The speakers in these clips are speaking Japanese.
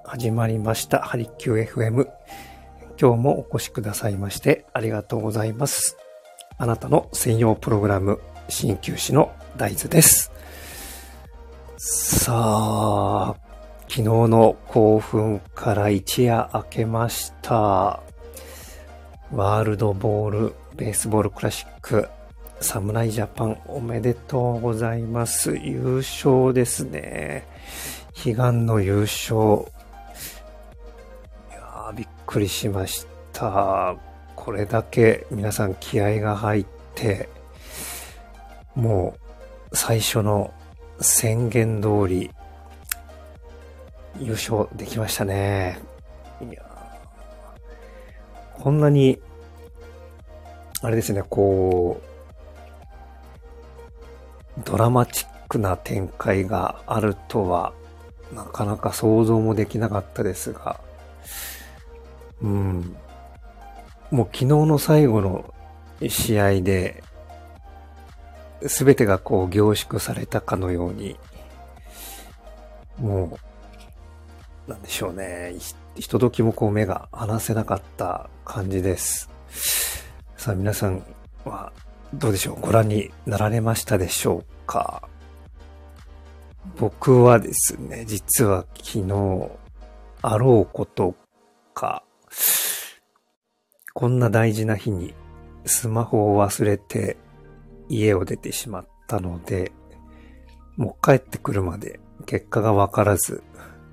始まりました。ハリキュー FM。今日もお越しくださいましてありがとうございます。あなたの専用プログラム、鍼灸師の大豆です。さあ、昨日の興奮から一夜明けました。ワールドボールベースボールクラシック侍ジャパンおめでとうございます。優勝ですね。悲願の優勝。びっくりしました。これだけ皆さん気合が入って、もう最初の宣言通り優勝できましたね。いや、こんなにあれですね、こうドラマチックな展開があるとはなかなか想像もできなかったですが、もう昨日の最後の試合で全てがこう凝縮されたかのように、もうなんでしょうね、ひとときもこう目が離せなかった感じです。さあ皆さんはどうでしょう、ご覧になられましたでしょうか。僕はですね、実は昨日あろうことか、こんな大事な日にスマホを忘れて家を出てしまったので、もう帰ってくるまで結果がわからず、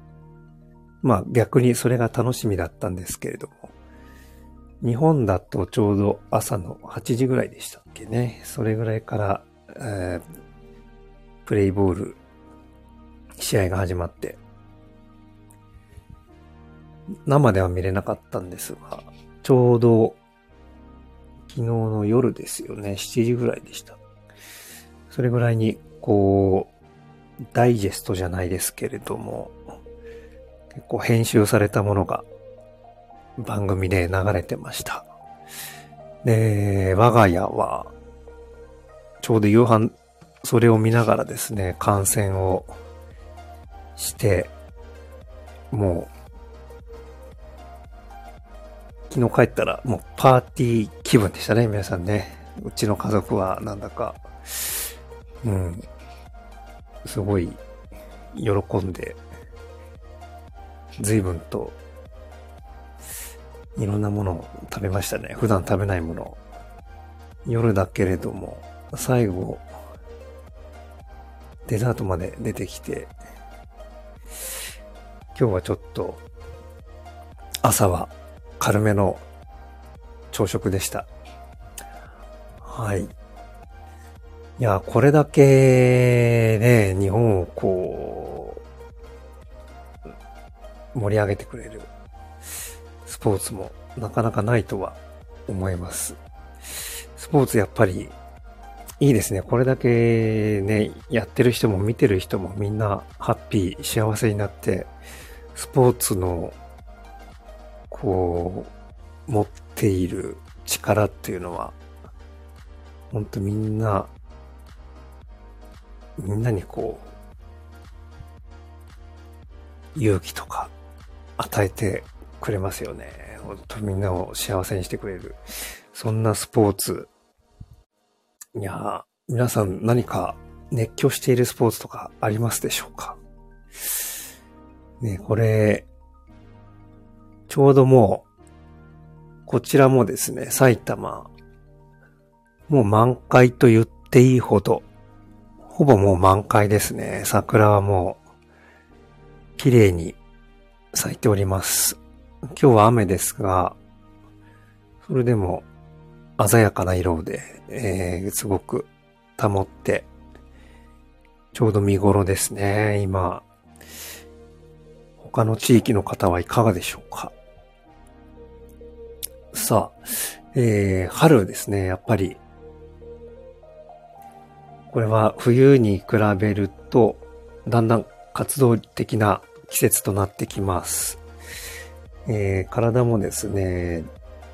逆にそれが楽しみだったんですけれども、日本だとちょうど朝の8時ぐらいでしたっけね。それぐらいから、プレイボール試合が始まって、生では見れなかったんですが、ちょうど昨日の夜ですよね、7時ぐらいでした。それぐらいにこうダイジェストじゃないですけれども、結構編集されたものが番組で流れてました。で、我が家はちょうど夕飯それを見ながらですね、観戦をして、もう昨日帰ったらもうパーティー気分でしたね、皆さんね。うちの家族はなんだか、すごい喜んで、随分といろんなものを食べましたね。普段食べないもの。夜だけれども、最後、デザートまで出てきて、今日はちょっと、朝は軽めの朝食でした。はい。いや、これだけね、日本をこう、盛り上げてくれるスポーツもなかなかないとは思います。スポーツやっぱりいいですね。これだけね、やってる人も見てる人もみんなハッピー、幸せになって、スポーツのこう持っている力っていうのは本当みんなにこう勇気とか与えてくれますよね。本当みんなを幸せにしてくれる、そんなスポーツ。いや、皆さん何か熱狂しているスポーツとかありますでしょうかね。これちょうどもう、こちらもですね、埼玉、もう満開と言っていいほど、ほぼもう満開ですね。桜はもう、綺麗に咲いております。今日は雨ですが、それでも鮮やかな色で、すごく保って、ちょうど見頃ですね、今。他の地域の方はいかがでしょうか。さあ、春ですね。やっぱり、これは冬に比べると、だんだん活動的な季節となってきます。体もですね、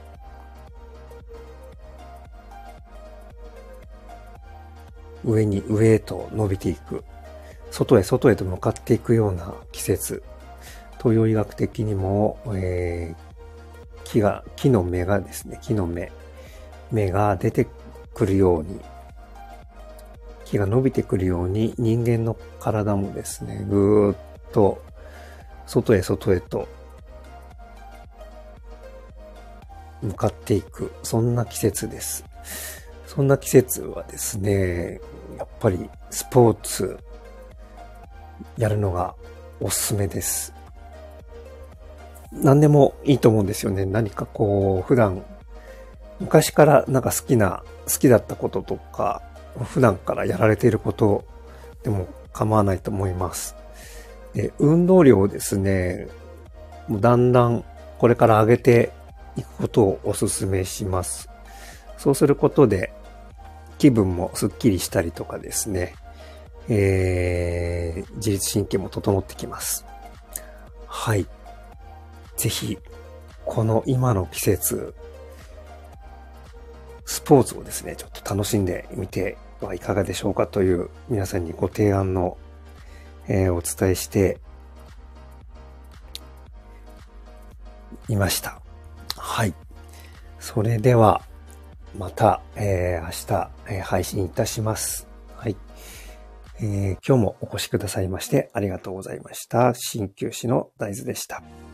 上へと伸びていく、外へと向かっていくような季節。 東洋医学的にも、木の芽がですね、芽が出てくるように、木が伸びてくるように人間の体もですね、ぐーっと外へと向かっていく、そんな季節です。そんな季節はですね、やっぱりスポーツやるのがおすすめです。何でもいいと思うんですよね。何かこう、昔からなんか好きだったこととか、普段からやられていることでも構わないと思います。で、運動量をですね、もうだんだんこれから上げていくことをお勧めします。そうすることで気分もスッキリしたりとかですね、自律神経も整ってきます。はい。ぜひ、この今の季節、スポーツをですね、ちょっと楽しんでみてはいかがでしょうかという皆さんにご提案の、お伝えしていました。はい。それでは、また、明日、配信いたします。はい。今日もお越しくださいましてありがとうございました。鍼灸師の大豆でした。